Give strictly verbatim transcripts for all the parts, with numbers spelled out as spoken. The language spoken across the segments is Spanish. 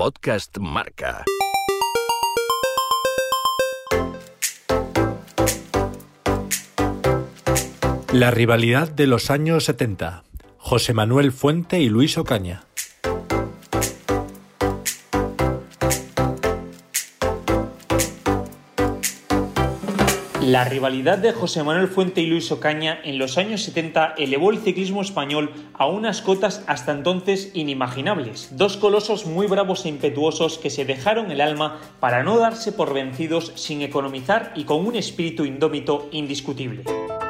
Podcast Marca. La rivalidad de los años setenta. José Manuel Fuente y Luis Ocaña. La rivalidad de José Manuel Fuente y Luis Ocaña en los años setenta elevó el ciclismo español a unas cotas hasta entonces inimaginables. Dos colosos muy bravos e impetuosos que se dejaron el alma para no darse por vencidos sin economizar y con un espíritu indómito indiscutible.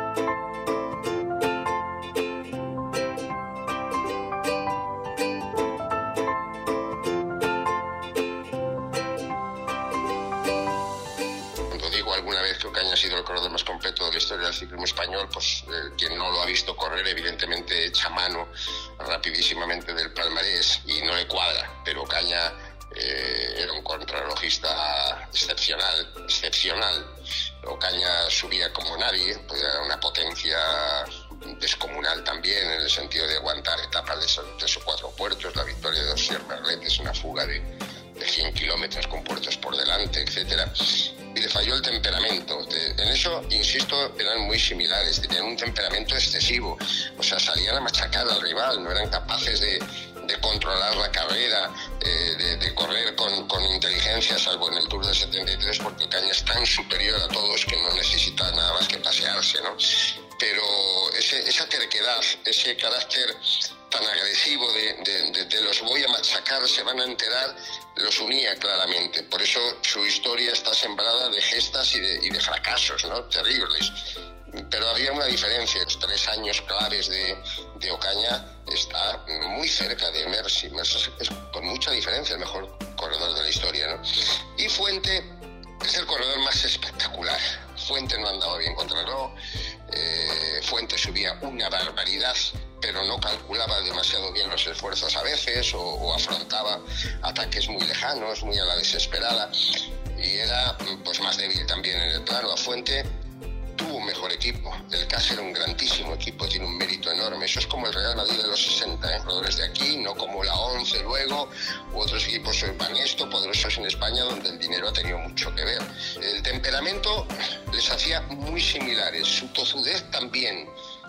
Alguna vez que Ocaña ha sido el corredor más completo de la historia del ciclismo español, pues eh, quien no lo ha visto correr evidentemente echa mano rapidísimamente del palmarés y no le cuadra, pero Ocaña eh, era un contrarrelojista excepcional, excepcional. Ocaña subía como nadie, pues era una potencia descomunal también en el sentido de aguantar etapas de tres o cuatro puertos. La victoria de Osier Merlet es una fuga de, de cien kilómetros con puertos por delante, etcétera. Y le falló el temperamento. En eso, insisto, eran muy similares, tenían un temperamento excesivo, o sea, salían a machacar al rival, no eran capaces de, de controlar la carrera, eh, de, de correr con, con inteligencia, salvo en el Tour del setenta y tres, porque Ocaña es tan superior a todos que no necesita nada más que pasearse, ¿no? Pero ese, esa terquedad, ese carácter tan agresivo de, de, de, de los voy a machacar, se van a enterar, los unía claramente. Por eso su historia está sembrada de gestas y de, y de fracasos, ¿no? Terribles. Pero había una diferencia. Los tres años claves de, de Ocaña está muy cerca de Merckx. Merckx es con mucha diferencia el mejor corredor de la historia, ¿no? Y Fuente es el corredor más espectacular. Fuente no andaba bien contra el reloj. Eh, Fuente subía una barbaridad, pero no calculaba demasiado bien los esfuerzos a veces o, o afrontaba ataques muy lejanos, muy a la desesperada, y era pues más débil también en el plano. A Fuente tuvo un mejor equipo. El C A S era un grandísimo equipo, tiene un mérito enorme. Eso es como el Real Madrid de los sesenta, ¿eh? Jugadores de aquí, no como la once luego, u otros equipos Banesto, poderosos en España, donde el dinero ha tenido mucho que ver. El temperamento les hacía muy similares, su tozudez también.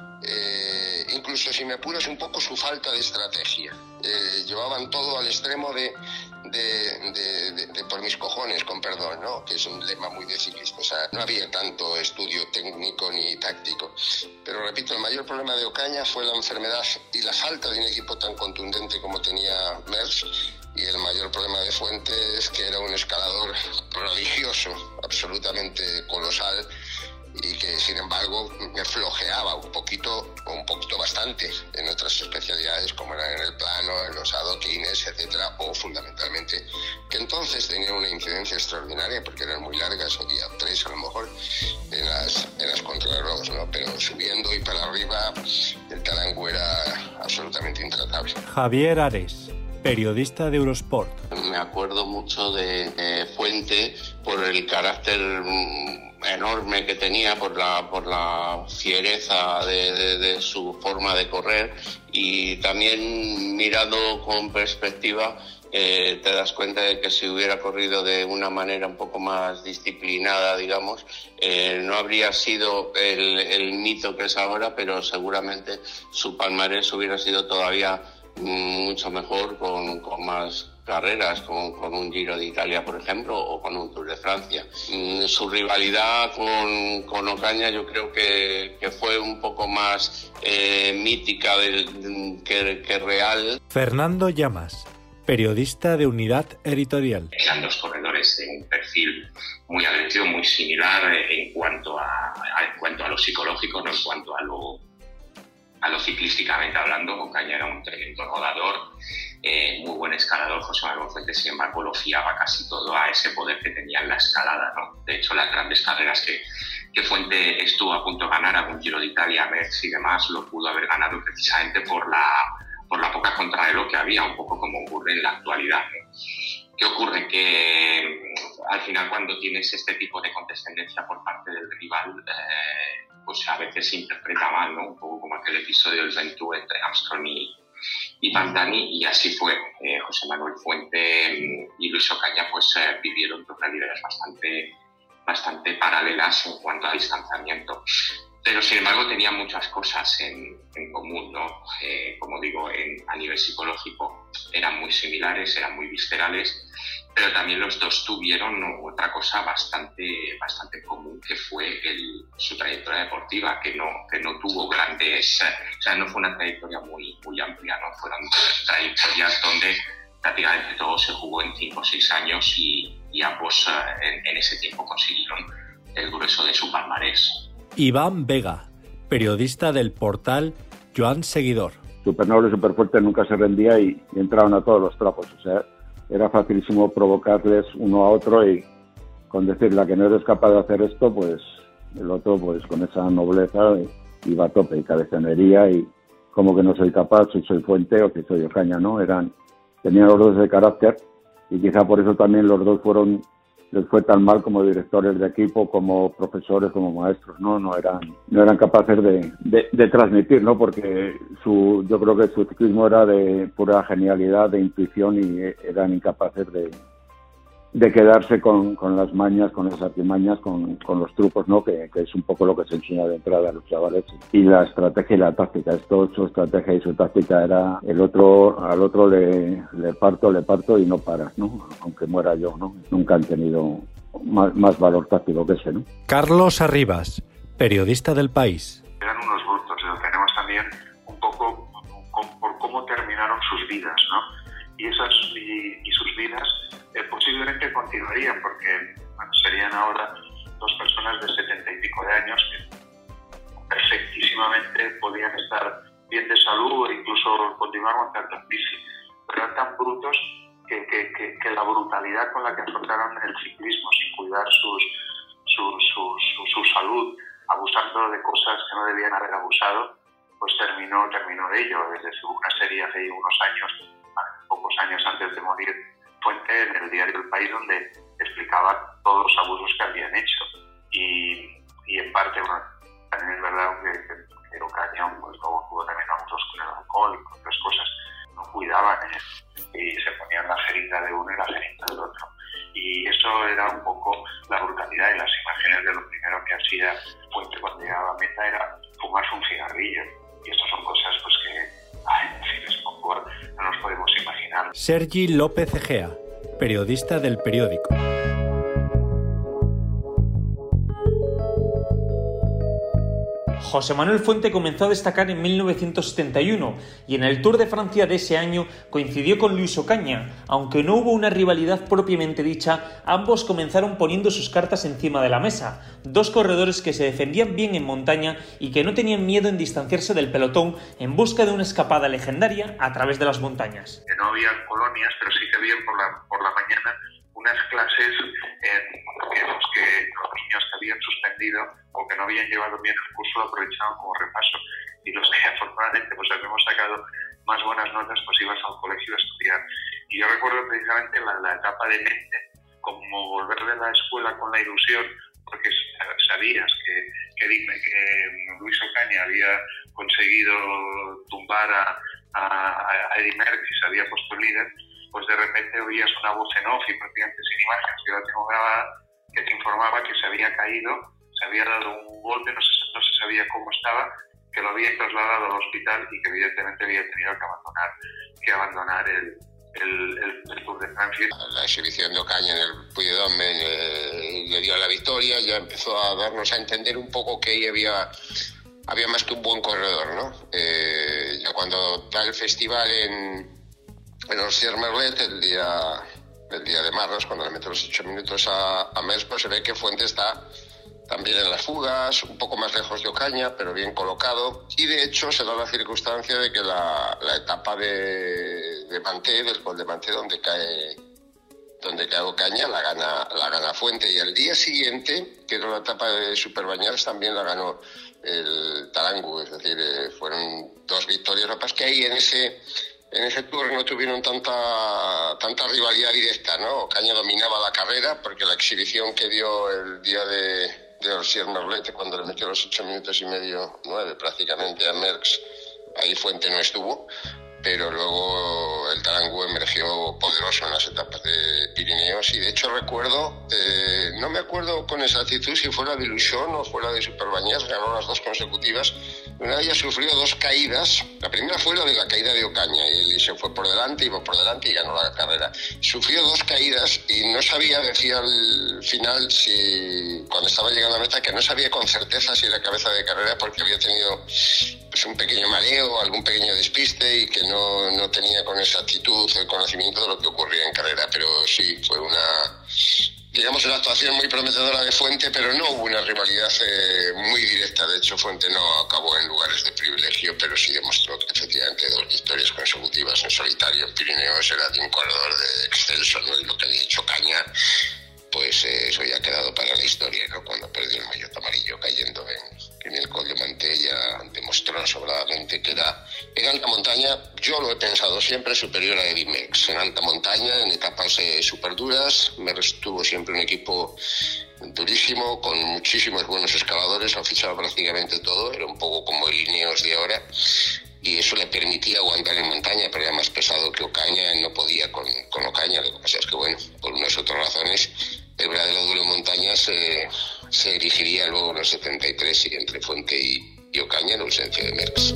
Eh, incluso, si me apuras, un poco su falta de estrategia. Eh, llevaban todo al extremo de, de, de, de, de por mis cojones, con perdón, ¿no? Que es un lema muy de ciclismo. O sea, no había tanto estudio técnico ni táctico. Pero repito, el mayor problema de Ocaña fue la enfermedad y la falta de un equipo tan contundente como tenía Merckx. Y el mayor problema de Fuente es que era un escalador prodigioso, absolutamente colosal, y que sin embargo me flojeaba un poquito, o un poquito bastante, en otras especialidades como eran en el plano, en los adoquines, etcétera, o fundamentalmente, que entonces tenían una incidencia extraordinaria porque eran muy largas, había tres a lo mejor en las, en las contrarreloj, ¿no? Pero subiendo y para arriba el talango era absolutamente intratable. Javier Ares, periodista de Eurosport. Me acuerdo mucho de, de Fuente por el carácter enorme que tenía, por la por la fiereza de, de, de su forma de correr, y también mirado con perspectiva eh, te das cuenta de que si hubiera corrido de una manera un poco más disciplinada, digamos, eh, no habría sido el, el mito que es ahora, pero seguramente su palmarés hubiera sido todavía mucho mejor, con, con más carreras, con, con un Giro de Italia, por ejemplo, o con un Tour de Francia. Su rivalidad con, con Ocaña yo creo que, que fue un poco más eh, mítica del, que, que real. Fernando Llamas, periodista de Unidad Editorial. Eran dos corredores de un perfil muy agresivo, muy similar en cuanto a, a, en cuanto a lo psicológico, no en cuanto a lo A lo ciclísticamente hablando. Ocaña era un tremendo rodador, eh, muy buen escalador. José Manuel Fuente, sin embargo, lo fiaba casi todo a ese poder que tenía en la escalada, ¿no? De hecho, las grandes carreras que, que Fuente estuvo a punto de ganar, algún Giro de Italia, Merckx y demás, lo pudo haber ganado precisamente por la, por la poca contrarreloj que había, un poco como ocurre en la actualidad, ¿no? ¿Qué ocurre? Que al final, cuando tienes este tipo de condescendencia por parte del rival, eh, pues a veces se interpreta mal, ¿no? Un poco como aquel episodio del Ventoux entre Armstrong y, y Pantani, y así fue. Eh, José Manuel Fuente y Luis Ocaña pues eh, vivieron dos realidades bastante, bastante paralelas en cuanto a distanciamiento. Pero, sin embargo, tenían muchas cosas en, en común, ¿no? Eh, como digo, en, a nivel psicológico eran muy similares, eran muy viscerales, pero también los dos tuvieron otra cosa bastante, bastante común, que fue el, su trayectoria deportiva, que no, que no tuvo grandes... O sea, no fue una trayectoria muy, muy amplia, ¿no? Fueron trayectorias donde prácticamente todo se jugó en cinco o seis años y, y ambos eh, en, en ese tiempo consiguieron el grueso de su palmarés. Iván Vega, periodista del portal Joan Seguidor. Supernoble y Superfuerte nunca se rendía y, y entraban a todos los trapos. O sea, era facilísimo provocarles uno a otro y con decirle a que no eres capaz de hacer esto, pues el otro pues con esa nobleza iba a tope y cabezonería y como que no soy capaz, si soy Fuente o si soy Ocaña, ¿no? Eran, tenían los dos de carácter y quizá por eso también los dos fueron... les fue tan mal como directores de equipo, como profesores, como maestros, ¿no? No eran, no eran capaces de, de, de transmitir, ¿no? Porque su, yo creo que su ciclismo era de pura genialidad, de intuición y eran incapaces de, de quedarse con, con las mañas, con las artimañas, con, con los trucos, ¿no? Que, que es un poco lo que se enseña de entrada a los chavales. Y la estrategia y la táctica. Esto, su estrategia y su táctica era el otro, al otro le, le parto, le parto y no paras, ¿no? Aunque muera yo, ¿no? Nunca han tenido más, más valor táctico que ese, ¿no? Carlos Arribas, periodista del País. Eran unos brutos, lo tenemos también un poco por cómo terminaron sus vidas, ¿no? Y esas y, y sus vidas eh, posiblemente continuarían, porque bueno, serían ahora dos personas de setenta y pico de años que perfectísimamente podían estar bien de salud e incluso continuar montando en bici, pero eran tan brutos que, que, que, que la brutalidad con la que afrontaron el ciclismo sin cuidar sus, su, su, su, su salud, abusando de cosas que no debían haber abusado, pues terminó, terminó de ello. Desde una serie hace unos años, pocos años antes de morir, Fuente, en el diario El País, donde explicaba todos los abusos que habían hecho. Y, y en parte, bueno, también es verdad que, que, que Ocaña pues, luego tuvo también abusos con el alcohol y con otras cosas. No cuidaban ¿eh? y se ponían la jeringa de uno y la jeringa del otro. Y eso era un poco la brutalidad, y las imágenes de lo primero que hacía Fuente cuando llegaba a meta era fumarse un cigarrillo. Y estas son cosas pues que, ay, en fin, es poco, no nos podemos imaginar. Sergi López Egea, periodista del Periódico. José Manuel Fuente comenzó a destacar en mil novecientos setenta y uno y en el Tour de Francia de ese año coincidió con Luis Ocaña. Aunque no hubo una rivalidad propiamente dicha, ambos comenzaron poniendo sus cartas encima de la mesa. Dos corredores que se defendían bien en montaña y que no tenían miedo en distanciarse del pelotón en busca de una escapada legendaria a través de las montañas. Que no había colonias, pero sí que había por la, por la mañana unas clases en que los que los niños que habían suspendido o que no habían llevado bien el curso lo aprovechaban como repaso, y los que afortunadamente pues habíamos sacado más buenas notas pues ibas al colegio a estudiar. Y yo recuerdo precisamente la, la etapa de mente, como volver de la escuela con la ilusión, porque sabías que, que, que Luis Ocaña había conseguido tumbar a, a, a Eddy Merckx y se había puesto líder, pues de repente oías una voz en off y prácticamente sin imágenes, que yo la tengo grabada, que te informaba que se había caído, se había dado un golpe, no se, no se sabía cómo estaba, que lo había trasladado al hospital y que evidentemente había tenido que abandonar, que abandonar el, el, el, el Tour de Francia. La exhibición de Ocaña en el Puy-de-Dôme eh, le dio la victoria, ya empezó a darnos a entender un poco que ahí había, había más que un buen corredor, ¿no? Eh, ya cuando da el festival en... En los Merlet, el día, el día de Marros, cuando le mete los ocho minutos a, a Merckx, pues se ve que Fuente está también en las fugas, un poco más lejos de Ocaña, pero bien colocado. Y de hecho se da la circunstancia de que la, la etapa de, de Manté, del gol de Manté, donde cae, donde cae Ocaña, la gana, la gana Fuente. Y al día siguiente, que era la etapa de Superbañares, también la ganó el Tarangu. Es decir, eh, fueron dos victorias. Lo que pasa es que ahí en ese... En ese Tour no tuvieron tanta tanta rivalidad directa, ¿no? Ocaña dominaba la carrera porque la exhibición que dio el día de, de Orsier-Merlet, cuando le metió los ocho minutos y medio, nueve prácticamente a Merckx, ahí Fuente no estuvo, pero luego el Tarangu emergió poderoso en las etapas de, Pirineos, y de hecho recuerdo, eh, no me acuerdo con exactitud si fue la de Ilusión o fue la de Superbañés, ganó las dos consecutivas. Una de ellas sufrió dos caídas. La primera fue la de la caída de Ocaña, y él se fue por delante, iba por delante y ganó la carrera. Sufrió dos caídas y no sabía, decía al final, si cuando estaba llegando a meta, que no sabía con certeza si era cabeza de carrera porque había tenido pues, un pequeño mareo, algún pequeño despiste y que no, no tenía con exactitud el conocimiento de lo que ocurría en carrera. Pero sí, fue una... digamos, una actuación muy prometedora de Fuente, pero no hubo una rivalidad eh, muy directa. De hecho, Fuente no acabó en lugares de privilegio, pero sí demostró que efectivamente dos victorias consecutivas en solitario en Pirineos era de un corredor de excelso, ¿no? Y lo que había dicho Caña, pues eh, eso ya ha quedado para la historia, ¿no? Cuando perdió el maillot amarillo cayendo en, en el Col de Mantella, demostró sobradamente que era en alta montaña, yo lo he pensado siempre, superior a Eddy Merckx. En alta montaña, en etapas eh, súper duras, Merckx tuvo siempre un equipo durísimo, con muchísimos buenos escaladores, lo fichaba prácticamente todo, era un poco como el Ineos de ahora, y eso le permitía aguantar en montaña, pero era más pesado que Ocaña, no podía con, con Ocaña. Lo que pasa es que, bueno, por unas otras razones, el verdadero duelo en montaña se, se erigiría luego en el setenta y tres y entre Fuente y, y Ocaña en ausencia de Merckx.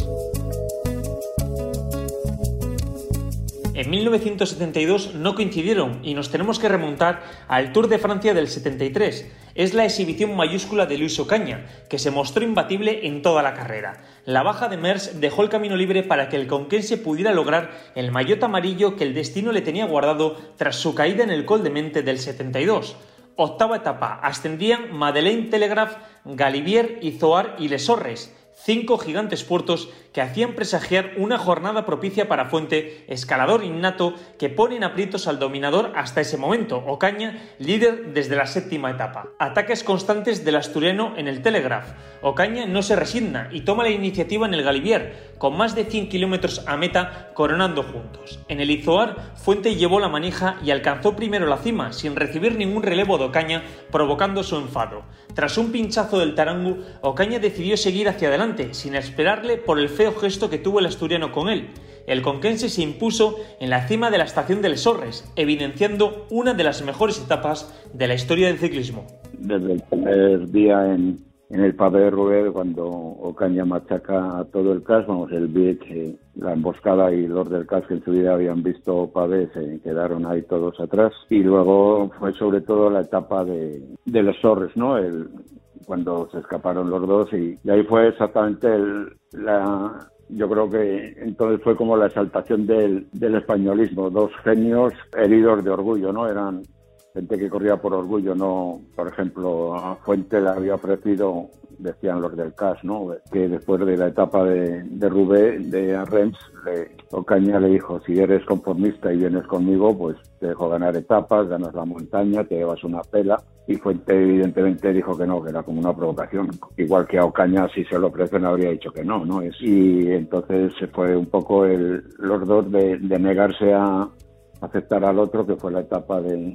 En mil novecientos setenta y dos no coincidieron y nos tenemos que remontar al Tour de Francia del setenta y tres. Es la exhibición mayúscula de Luis Ocaña, que se mostró imbatible en toda la carrera. La baja de Merckx dejó el camino libre para que el conquense pudiera lograr el maillot amarillo que el destino le tenía guardado tras su caída en el Col de Mente del setenta y dos. Octava etapa, ascendían Madeleine Telegraph, Galibier, Izoard y Les Orres, cinco gigantes puertos que hacían presagiar una jornada propicia para Fuente, escalador innato que pone en aprietos al dominador hasta ese momento, Ocaña, líder desde la séptima etapa. Ataques constantes del asturiano en el Telegraph. Ocaña no se resigna y toma la iniciativa en el Galibier, con más de cien kilómetros a meta coronando juntos. En el Izoard, Fuente llevó la manija y alcanzó primero la cima, sin recibir ningún relevo de Ocaña, provocando su enfado. Tras un pinchazo del Tarangu, Ocaña decidió seguir hacia adelante, sin esperarle por el feo gesto que tuvo el asturiano con él. El conquense se impuso en la cima de la estación de Les Orres, evidenciando una de las mejores etapas de la historia del ciclismo. Desde el primer día en, en el Pavé de Roubaix, cuando Ocaña machaca a todo el C A S, vamos, el Beat, eh, la emboscada y los del C A S que en su vida habían visto Pavé se quedaron ahí todos atrás. Y luego fue sobre todo la etapa de, de Les Orres, ¿no? El, cuando se escaparon los dos y, y ahí fue exactamente el, la... Yo creo que entonces fue como la exaltación del, del españolismo, dos genios heridos de orgullo, ¿no? Eran gente que corría por orgullo, no, por ejemplo, a Fuente le había ofrecido, decían los del C A S, ¿no? Que después de la etapa de, de Roubaix, de Reims, le, Ocaña le dijo, si eres conformista y vienes conmigo, pues te dejo ganar etapas, ganas la montaña, te llevas una pela. Y Fuente evidentemente dijo que no, que era como una provocación. Igual que a Ocaña, si se lo ofrecen, habría dicho que no, ¿no? Y entonces se fue un poco el, los dos de, de negarse a aceptar al otro, que fue la etapa de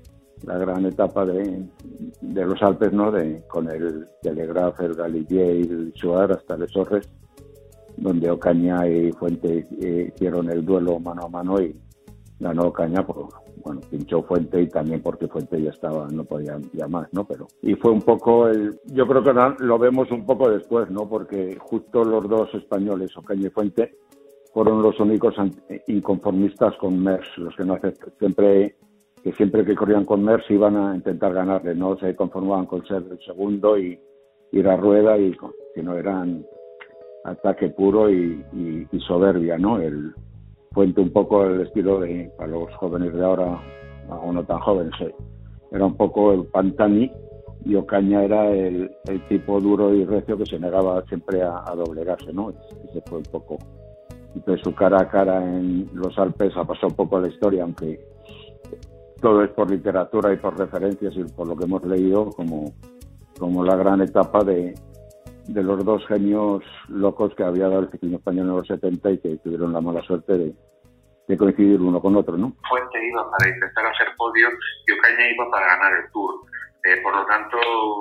la gran etapa de, de los Alpes, ¿no? De, con el Telegraph, el Galibier y el Izoard hasta Les Orres, donde Ocaña y Fuente hicieron el duelo mano a mano y ganó Ocaña por, bueno, pinchó Fuente y también porque Fuente ya estaba, no podía ya más, ¿no? Pero, y fue un poco el, yo creo que lo vemos un poco después, ¿no? Porque justo los dos españoles, Ocaña y Fuente, fueron los únicos inconformistas con Merckx, los que no aceptan, siempre, que siempre que corrían con Merckx iban a intentar ganarle, no se conformaban con ser el segundo y ir a rueda, y sino eran ataque puro y, y, y soberbia, ¿no? El Fuente un poco el estilo de, para los jóvenes de ahora, o no tan jóvenes, era un poco el Pantani, y Ocaña era el, el tipo duro y recio que se negaba siempre a, a doblegarse, ¿no? Ese fue un poco. Entonces su cara a cara en los Alpes ha pasado un poco a la historia, aunque todo es por literatura y por referencias y por lo que hemos leído, como, como la gran etapa de de los dos genios locos que había dado el ciclismo español en los setenta y que tuvieron la mala suerte de, de coincidir uno con otro, ¿no? Fuente iba para intentar hacer podio y Ocaña iba para ganar el Tour. Eh, por lo tanto,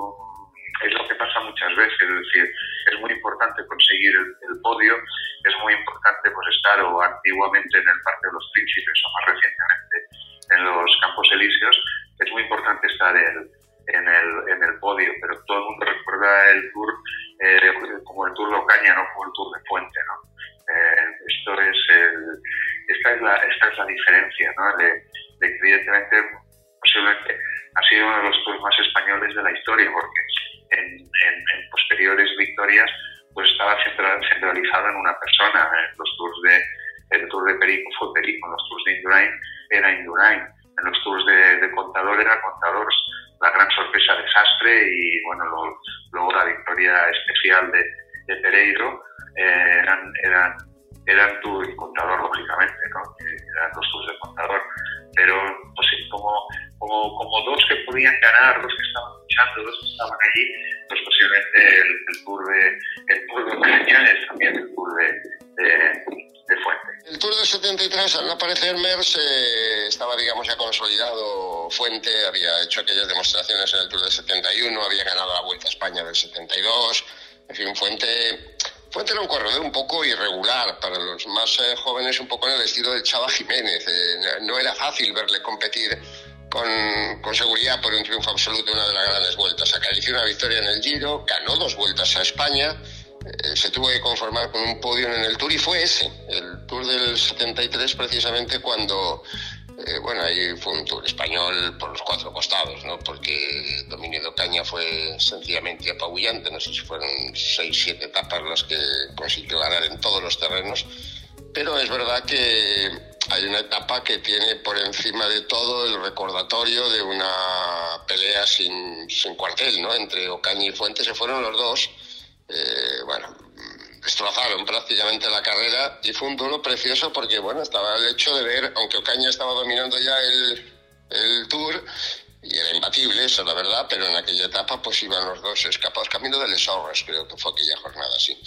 es lo que pasa muchas veces, es decir, es muy importante conseguir el, el podio, es muy importante pues estar o antiguamente en el Parque de los Príncipes o más recientemente en los Campos Elíseos, es muy importante estar en, en, el, en el podio, pero todo el mundo recuerda el Tour eh, como el Tour de Ocaña, no como el Tour de Fuente, ¿no? Eh, esto es el, esta, es la, esta es la diferencia, ¿no? De, de que evidentemente, posiblemente, ha sido uno de los tours más españoles de la historia, porque en, en, en posteriores victorias pues estaba centralizado en una persona. En los tours de, el Tour de Perico fue Perico, en los tours de Indurain era Indurain, en los tours de, de Contador era Contador. La gran sorpresa de Sastre y bueno, lo, luego la victoria especial de, de Pereiro eh, eran, eran, eran Tour y Contador, lógicamente, ¿no? Eran los tours de Contador. Pero pues, como, como, como dos que podían ganar, dos que estaban luchando, dos que estaban allí, pues posiblemente el, el Tour de el Tour de Ocaña es también el Tour de, de, de Fuente. El Tour del setenta y tres, al no aparecer Merckx, eh, estaba, digamos, ya consolidado. Fuente había hecho aquellas demostraciones en el Tour del setenta y uno, había ganado la Vuelta a España del setenta y dos. En fin, Fuente, Fuente era un corredor un poco irregular, para los más eh, jóvenes, un poco en el estilo de Chava Jiménez. Eh, no era fácil verle competir con, con seguridad por un triunfo absoluto en una de las grandes vueltas. Acarició una victoria en el Giro, ganó dos vueltas a España. Eh, se tuvo que conformar con un podio en el Tour y fue ese, el Tour del setenta y tres, precisamente cuando, eh, bueno, ahí fue un Tour español por los cuatro costados, ¿no? Porque el dominio de Ocaña fue sencillamente apabullante. No sé si fueron seis, siete etapas las que consiguió ganar en todos los terrenos, pero es verdad que hay una etapa que tiene por encima de todo el recordatorio de una pelea sin, sin cuartel, ¿no? Entre Ocaña y Fuente. Se fueron los dos. Eh, bueno, destrozaron prácticamente la carrera y fue un duelo precioso porque, bueno, estaba el hecho de ver, aunque Ocaña estaba dominando ya el, el Tour y era imbatible, eso es la verdad, pero en aquella etapa pues iban los dos escapados, camino de Les Orres, creo que fue aquella jornada, sí.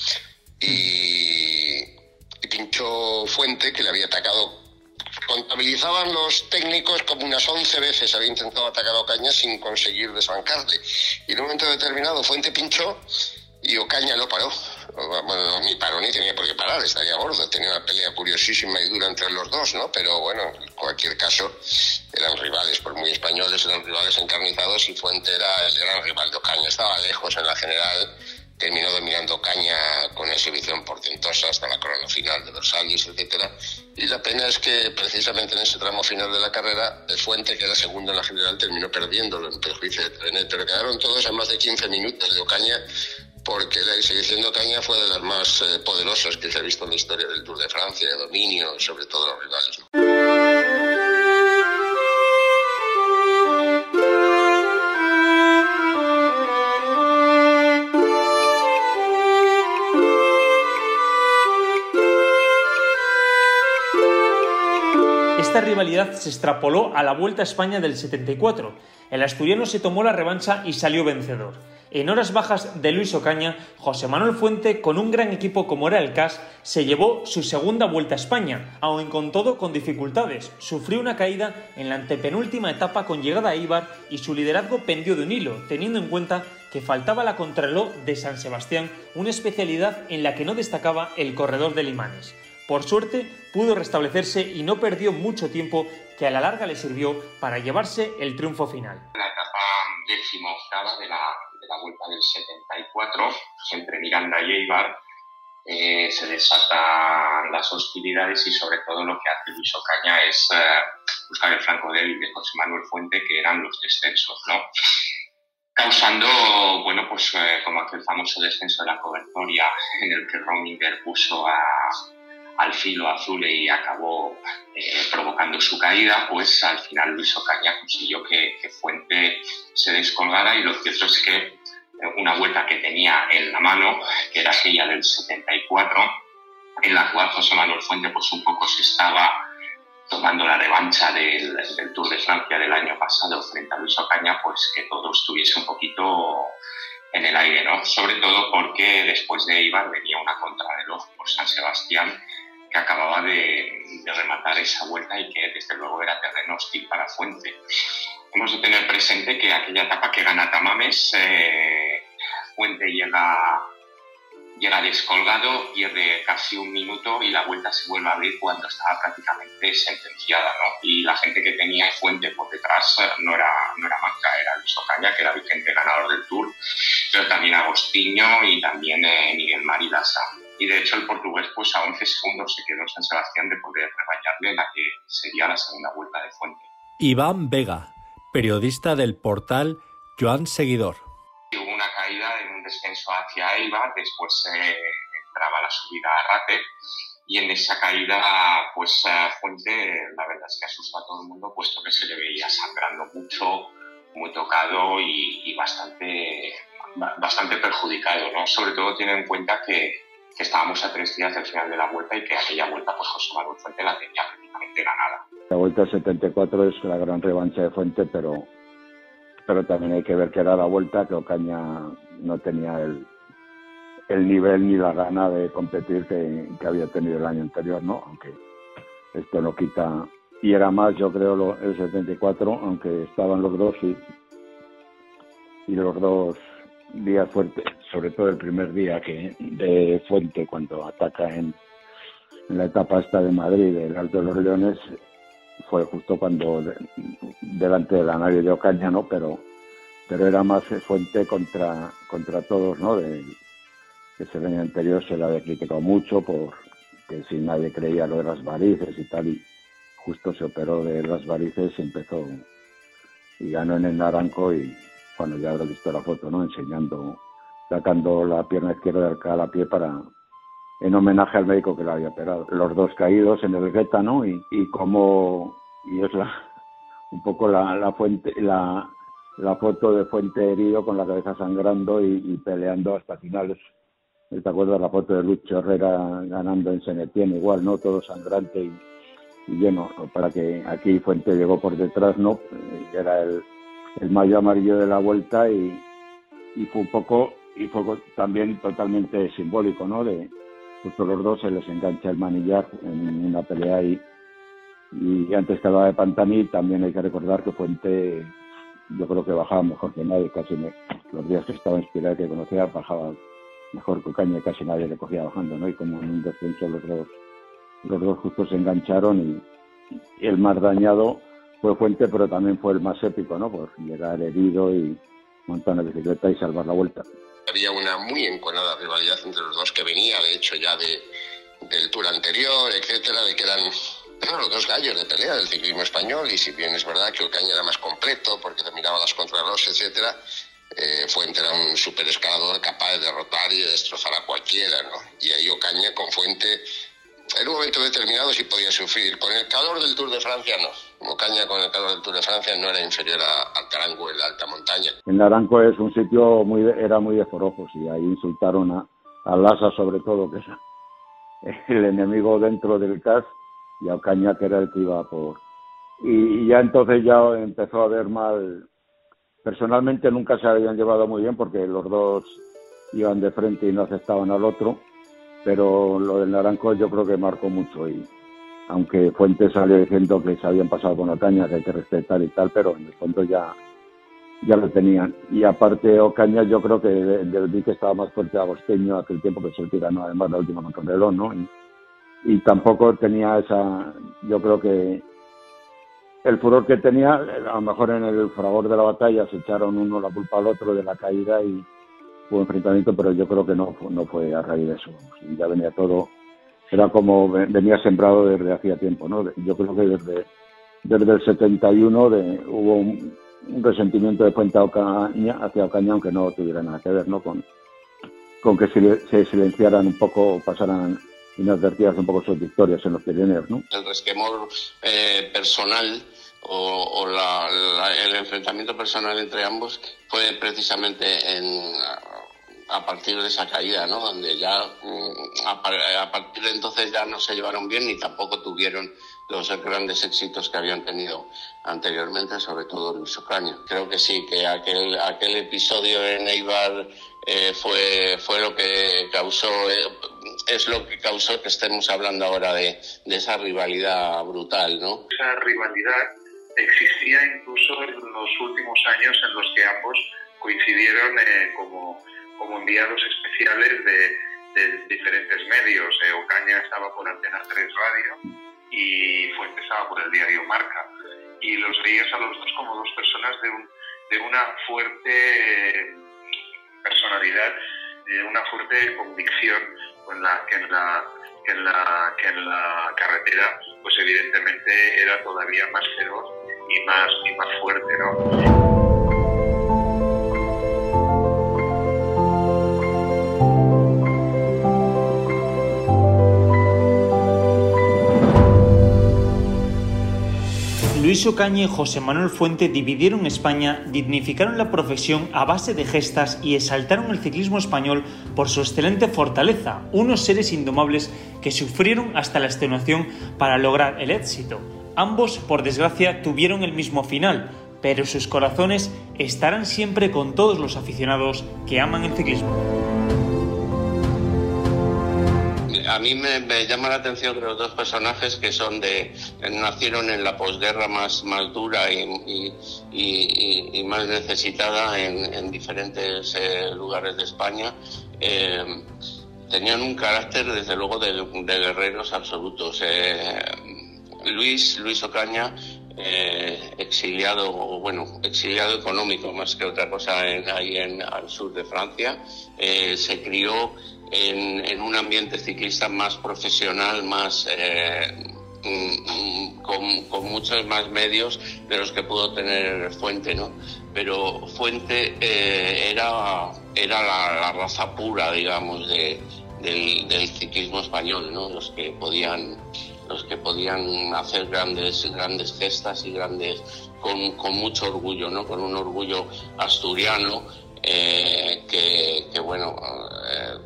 Y, y pinchó Fuente, que le había atacado. Contabilizaban los técnicos como unas once veces había intentado atacar a Ocaña sin conseguir desbancarle. Y en un momento determinado Fuente pinchó y Ocaña lo paró. Bueno, ni paró ni tenía por qué parar, estaría gordo. Tenía una pelea curiosísima y dura entre los dos, ¿no? Pero bueno, en cualquier caso, eran rivales, por muy españoles, eran rivales encarnizados y Fuente era el gran rival de Ocaña. Estaba lejos en la general, terminó dominando Ocaña con una exhibición portentosa hasta la corona final de Versalles, etcétera. Y la pena es que precisamente en ese tramo final de la carrera, el Fuente, que era segundo en la general, terminó perdiéndolo en perjuicio de Trenet, pero quedaron todos a más de quince minutos de Ocaña, porque la exhibición de Ocaña fue de las más eh, poderosas que se ha visto en la historia del Tour de Francia, de dominio, sobre todo los rivales, ¿no? Esta rivalidad se extrapoló a la Vuelta a España del setenta y cuatro. El asturiano se tomó la revancha y salió vencedor. En horas bajas de Luis Ocaña, José Manuel Fuente, con un gran equipo como era el C A S, se llevó su segunda Vuelta a España, aun con todo con dificultades. Sufrió una caída en la antepenúltima etapa con llegada a Eibar y su liderazgo pendió de un hilo, teniendo en cuenta que faltaba la contrarreloj de San Sebastián, una especialidad en la que no destacaba el corredor de Limanes. Por suerte, pudo restablecerse y no perdió mucho tiempo, que a la larga le sirvió para llevarse el triunfo final. La etapa decimoctava de la, de la Vuelta del setenta y cuatro, entre Miranda y Eibar, eh, se desatan las hostilidades y sobre todo lo que hace Luis Ocaña es eh, buscar el flanco débil de José Manuel Fuente, que eran los descensos, ¿no? Causando, bueno, pues eh, como aquel famoso descenso de la Cobertoria en el que Rominger puso a al filo azul y acabó eh, provocando su caída, pues al final Luis Ocaña consiguió que, que Fuente se descolgara, y lo cierto es que una vuelta que tenía en la mano, que era aquella del setenta y cuatro, en la cual José Manuel Fuente pues un poco se estaba tomando la revancha del, del Tour de Francia del año pasado frente a Luis Ocaña, pues que todo estuviese un poquito en el aire, ¿no? Sobre todo porque después de Eibar venía una contrarreloj por San Sebastián, que acababa de, de rematar esa vuelta y que desde luego era terreno hostil para Fuente. Hemos de tener presente que aquella etapa que gana Tamames, eh, Fuente llega llega descolgado, pierde casi un minuto y la vuelta se vuelve a abrir cuando estaba prácticamente sentenciada, ¿no? Y la gente que tenía Fuente por detrás no era, no era Manca, era Luis Ocaña, que era vigente ganador del Tour, pero también Agostinho y también eh, Miguel Mari Lasa. Y de hecho el portugués pues a once segundos se quedó en San Sebastián de poder rebañarle la que sería la segunda vuelta de Fuente. Iván Vega, periodista del portal Joan Seguidor. Hubo una caída en un descenso hacia Eibar, después eh, entraba la subida a Rate y en esa caída pues Fuente la verdad es que asustó a todo el mundo, puesto que se le veía sangrando mucho, muy tocado y, y bastante, bastante perjudicado, ¿no? Sobre todo teniendo en cuenta que, que estábamos a tres días del final de la vuelta y que aquella vuelta pues José Manuel Fuente la tenía prácticamente ganada. La vuelta setenta y cuatro es la gran revancha de Fuente, pero pero también hay que ver que era la vuelta que Ocaña no tenía el, el nivel ni la gana de competir que, que había tenido el año anterior, ¿no? Aunque esto no quita, y era más, yo creo, lo, el setenta y cuatro, aunque estaban los dos y, y los dos días fuertes, sobre todo el primer día que de Fuente, cuando ataca en, en la etapa esta de Madrid, del Alto de los Leones, fue justo cuando de, delante de la nariz de Ocaña, ¿no? Pero pero era más Fuente contra contra todos, ¿no? De, que ese año anterior se le había criticado mucho por que si nadie creía lo de las varices y tal, y justo se operó de las varices y empezó y ganó en el Naranco, y cuando ya habrá visto la foto, ¿no? Enseñando, sacando la pierna izquierda del calapié para en homenaje al médico que la había operado. Los dos caídos en el Guetta, ¿no? Y, y como, y es la, un poco la, la fuente, la, la foto de Fuente herido con la cabeza sangrando y, y peleando hasta finales. ¿Te acuerdas la foto de Lucho Herrera ganando en Senetien? Igual, ¿no? Todo sangrante y, y lleno, para que aquí Fuente llegó por detrás, ¿no? Era el, el mayo amarillo de la vuelta y, y fue un poco, y fue también totalmente simbólico, ¿no? De justo los dos se les engancha el manillar en una pelea y, y antes que hablaba de Pantani, también hay que recordar que Fuente, yo creo que bajaba mejor que nadie, casi me, los días que estaba inspirado que conocía, bajaba mejor que Ocaña y casi nadie le cogía bajando, ¿no? Y como en un descenso los dos, los dos justo se engancharon y, y el más dañado fue Fuente, pero también fue el más épico, ¿no? Por llegar herido y montar una bicicleta y salvar la vuelta. Había una muy enconada rivalidad entre los dos que venía, de hecho, ya de, del Tour anterior, etcétera, de que eran bueno, los dos gallos de pelea del ciclismo español, y si bien es verdad que Ocaña era más completo porque dominaba las contrarreloj, etcétera, eh, Fuente era un super escalador capaz de derrotar y de destrozar a cualquiera, ¿no? Y ahí Ocaña con Fuente, en un momento determinado sí podía sufrir. Con el calor del Tour de Francia no. Ocaña con el calor del Tour de Francia no era inferior a, al Tarango en la alta montaña. El Naranco es un sitio muy, era muy de forojos, y ahí insultaron a, a Lasa sobre todo, que es el enemigo dentro del C A S, y a Ocaña, que era el que iba por... Y, y ya entonces ya empezó a haber mal... Personalmente nunca se habían llevado muy bien porque los dos iban de frente y no aceptaban al otro, pero lo del Naranco yo creo que marcó mucho, y aunque Fuentes salió diciendo que se habían pasado con Ocaña, que hay que respetar y tal, pero en el fondo ya ya lo tenían. Y aparte Ocaña, yo creo que del vi que estaba más fuerte Agostinho aquel tiempo, que es el que ganó además la última contrarreloj, ¿no? Y, y tampoco tenía esa, yo creo que el furor que tenía, a lo mejor en el fragor de la batalla se echaron uno la culpa al otro de la caída y fue un enfrentamiento, pero yo creo que no, no fue a raíz de eso. Y ya venía todo, era como venía sembrado desde hacía tiempo, ¿no? Yo creo que desde, desde el setenta y uno de, hubo un, un resentimiento de Fuente a Ocaña, hacia Ocaña, aunque no tuviera nada que ver, ¿no? Con, con que se, se silenciaran un poco, pasaran inadvertidas un poco sus victorias en los Pirineos, ¿no? El resquemor eh, personal o, o la, la, el enfrentamiento personal entre ambos fue precisamente en, a partir de esa caída, ¿no? Donde ya a, a partir de entonces ya no se llevaron bien ni tampoco tuvieron los grandes éxitos que habían tenido anteriormente, sobre todo Luis Ocaña. Creo que sí, que aquel, aquel episodio en Eibar eh, fue, fue lo que causó, eh, es lo que causó que estemos hablando ahora de, de esa rivalidad brutal, ¿no? Esa rivalidad existía incluso en los últimos años en los que ambos coincidieron eh, como, como enviados especiales de, de diferentes medios. Eh, Ocaña estaba por Antena tres Radio y Fuente estaba por el diario Marca. Y los veías a los dos como dos personas de, un, de una fuerte personalidad, de una fuerte convicción con la que en la, que en la, que en la carretera, pues evidentemente era todavía más feroz y más, y más fuerte, ¿no? Luis Ocaña y José Manuel Fuente dividieron España, dignificaron la profesión a base de gestas y exaltaron el ciclismo español por su excelente fortaleza, unos seres indomables que sufrieron hasta la extenuación para lograr el éxito. Ambos, por desgracia, tuvieron el mismo final, pero sus corazones estarán siempre con todos los aficionados que aman el ciclismo. A mí me, me llama la atención que los dos personajes que son de nacieron en la posguerra más, más dura y, y, y, y más necesitada en, en diferentes eh, lugares de España, eh, tenían un carácter desde luego de, de guerreros absolutos. Eh, Luis, Luis Ocaña, eh, exiliado, bueno, exiliado económico más que otra cosa en, ahí en, al sur de Francia, eh, se crió En, en un ambiente ciclista más profesional, más eh, con, con muchos más medios de los que pudo tener Fuente, ¿no? Pero Fuente eh, era, era la, la raza pura, digamos, de, del, del ciclismo español, ¿no? Los que podían, los que podían hacer grandes, grandes gestas y grandes, con, con mucho orgullo, ¿no? Con un orgullo asturiano eh, que, que, bueno. Eh,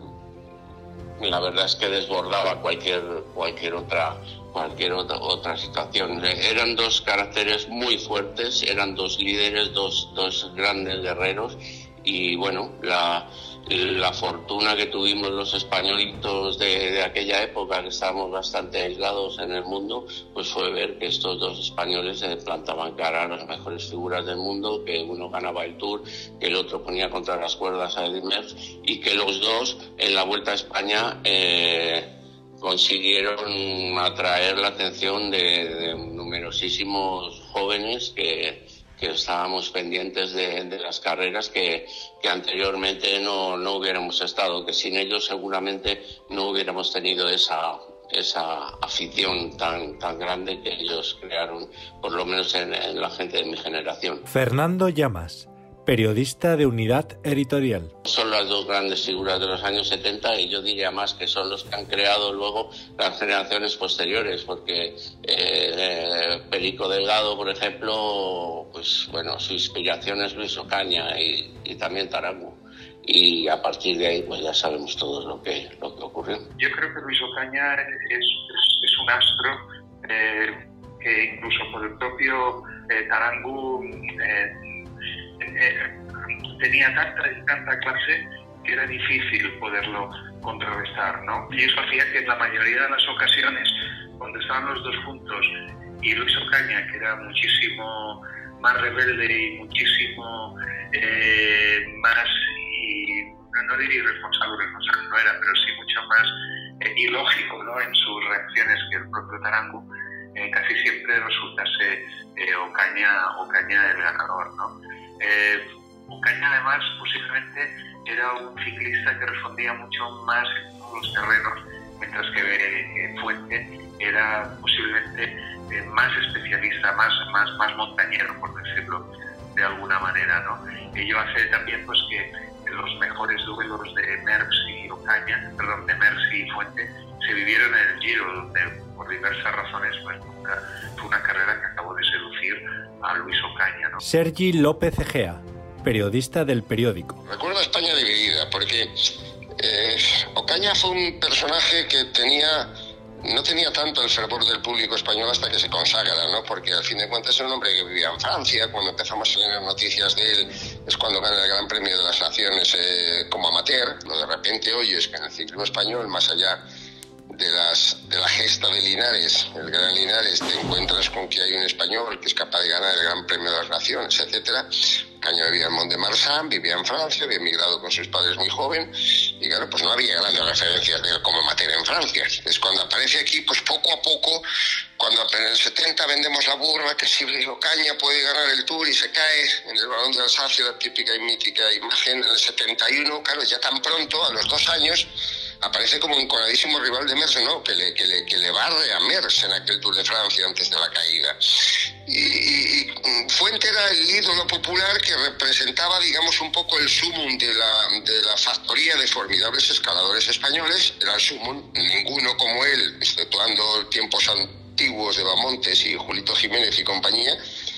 La verdad es que desbordaba cualquier cualquier otra cualquier otra, otra situación. Eran dos caracteres muy fuertes, eran dos líderes, dos, dos grandes guerreros y bueno, la, la fortuna que tuvimos los españolitos de, de aquella época, que estábamos bastante aislados en el mundo, pues fue ver que estos dos españoles se plantaban cara a las mejores figuras del mundo, que uno ganaba el Tour, que el otro ponía contra las cuerdas a Eddy Merckx y que los dos en la Vuelta a España eh, consiguieron atraer la atención de, de numerosísimos jóvenes que que estábamos pendientes de, de las carreras que, que anteriormente no, no hubiéramos estado, que sin ellos seguramente no hubiéramos tenido esa, esa afición tan, tan grande que ellos crearon, por lo menos en, en la gente de mi generación. Fernando Llamas, periodista de Unidad Editorial. Son las dos grandes figuras de los años setenta y yo diría más que son los que han creado luego las generaciones posteriores, porque eh, Perico Delgado, por ejemplo, pues bueno, su inspiración es Luis Ocaña y, y también Tarango. Y a partir de ahí pues ya sabemos todo lo que, lo que ocurrió. Yo creo que Luis Ocaña es, es, es un astro eh, que incluso por el propio eh, Tarango eh, Eh, tenía tanta y tanta clase que era difícil poderlo contrarrestar, ¿no? Y eso hacía que en la mayoría de las ocasiones, cuando estaban los dos juntos, y Luis Ocaña, que era muchísimo más rebelde y muchísimo eh, más, y no diría irresponsable, responsable no era, pero sí mucho más eh, ilógico, ¿no?, en sus reacciones que el propio Tarango, eh, casi siempre resultase eh, Ocaña, Ocaña el ganador, ¿no? Eh, Ocaña además posiblemente era un ciclista que respondía mucho más en todos los terrenos, mientras que eh, Fuente era posiblemente eh, más especialista, más, más, más montañero, por decirlo de alguna manera, ¿no? Ello hace también pues que los mejores duelos de Merckx y Ocaña, perdón, de Merckx y Fuente se vivieron en el Giro, donde por diversas razones pues nunca fue una carrera que acabó de seducir a Luis Ocaña, ¿no? Sergi López Egea, periodista del Periódico. Recuerdo a España dividida, porque eh, Ocaña fue un personaje que tenía no tenía tanto el fervor del público español hasta que se consagra, ¿no? Porque al fin de cuentas es un hombre que vivía en Francia. Cuando empezamos a tener noticias de él es cuando gana el Gran Premio de las Naciones eh, como amateur. Lo de repente oyes que en el ciclismo español, más allá de, las, de la gesta de Linares, el Gran Linares, te encuentras con que hay un español que es capaz de ganar el Gran Premio de las Naciones, etcétera. Caña vivía en Mont-de-Marsan, vivía en Francia, había emigrado con sus padres muy joven y claro, pues no había grandes referencias de él como materia en Francia. Es cuando aparece aquí, pues poco a poco, cuando en el setenta vendemos la burra, que si Ocaña puede ganar el Tour y se cae en el Balón de Alsacia, la típica y mítica imagen, en el setenta y uno, claro, ya tan pronto, a los dos años, aparece como un enconadísimo rival de Merckx, ¿no? Que le, que le, que le barre a Merckx en aquel Tour de Francia antes de la caída. Y, y, y Fuente era el ídolo popular que representaba, digamos, un poco el sumum de la, de la factoría de formidables escaladores españoles. Era el sumum, ninguno como él, exceptuando tiempos antiguos de Bamontes y Julito Jiménez y compañía.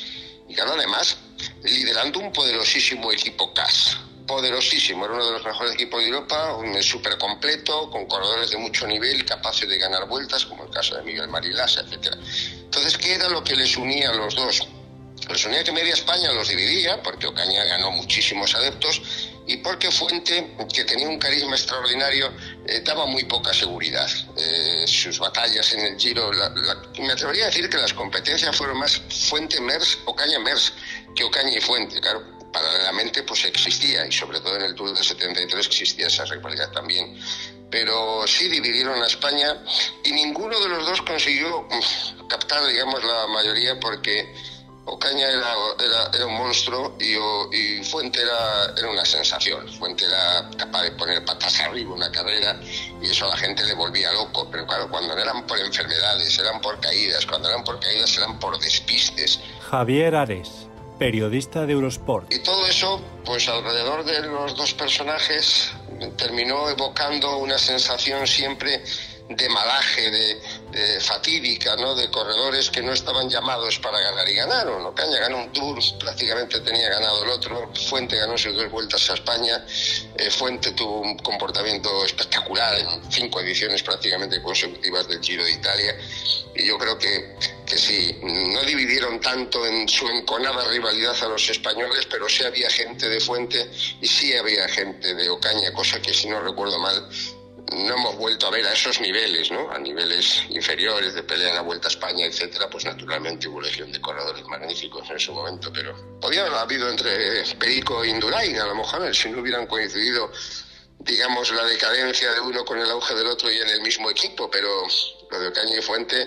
Y claro, además, liderando un poderosísimo equipo C A S. Poderosísimo, era uno de los mejores equipos de Europa, súper completo, con corredores de mucho nivel, capaces de ganar vueltas, como el caso de Miguel Marilás, etcétera. Entonces, ¿qué era lo que les unía a los dos? Les unía que media España los dividía, porque Ocaña ganó muchísimos adeptos, y porque Fuente, que tenía un carisma extraordinario, eh, daba muy poca seguridad. Eh, sus batallas en el Giro, la, la, me atrevería a decir que las competencias fueron más Fuente-Merckx, Ocaña-Merckx, que Ocaña y Fuente, claro. Paralelamente pues existía, y sobre todo en el Tour del setenta y tres existía esa rivalidad también, pero sí dividieron a España y ninguno de los dos consiguió uf, captar, digamos, la mayoría, porque Ocaña era, era, era un monstruo y, y Fuente era, era una sensación. Fuente era capaz de poner patas arriba una carrera y eso a la gente le volvía loco, pero claro, cuando no eran por enfermedades, eran por caídas, cuando eran por caídas eran por despistes. Javier Ares, periodista de Eurosport. Y todo eso, pues alrededor de los dos personajes, terminó evocando una sensación siempre de malaje, de, de fatídica, ¿no? De corredores que no estaban llamados para ganar y ganaron. Ocaña ganó un Tour, prácticamente tenía ganado el otro. Fuente ganó sus dos vueltas a España. Eh, Fuente tuvo un comportamiento espectacular en cinco ediciones prácticamente consecutivas del Giro de Italia. Y yo creo que, que sí, no dividieron tanto en su enconada rivalidad a los españoles, pero sí había gente de Fuente y sí había gente de Ocaña, cosa que, si no recuerdo mal, no hemos vuelto a ver a esos niveles, ¿no? A niveles inferiores de pelea en la Vuelta a España, etcétera. Pues naturalmente hubo legión de corredores magníficos en ese momento, pero podía haber habido entre Perico e Indurain, a lo mejor, si no hubieran coincidido, digamos, la decadencia de uno con el auge del otro y en el mismo equipo, pero lo de Ocaña y Fuente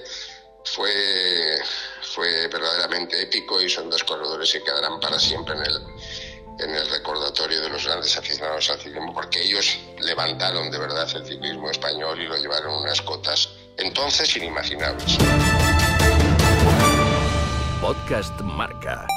fue, fue verdaderamente épico y son dos corredores que quedarán para siempre en el en el recordatorio de los grandes aficionados al ciclismo, porque ellos levantaron de verdad el ciclismo español y lo llevaron a unas cotas entonces inimaginables. Podcast Marca.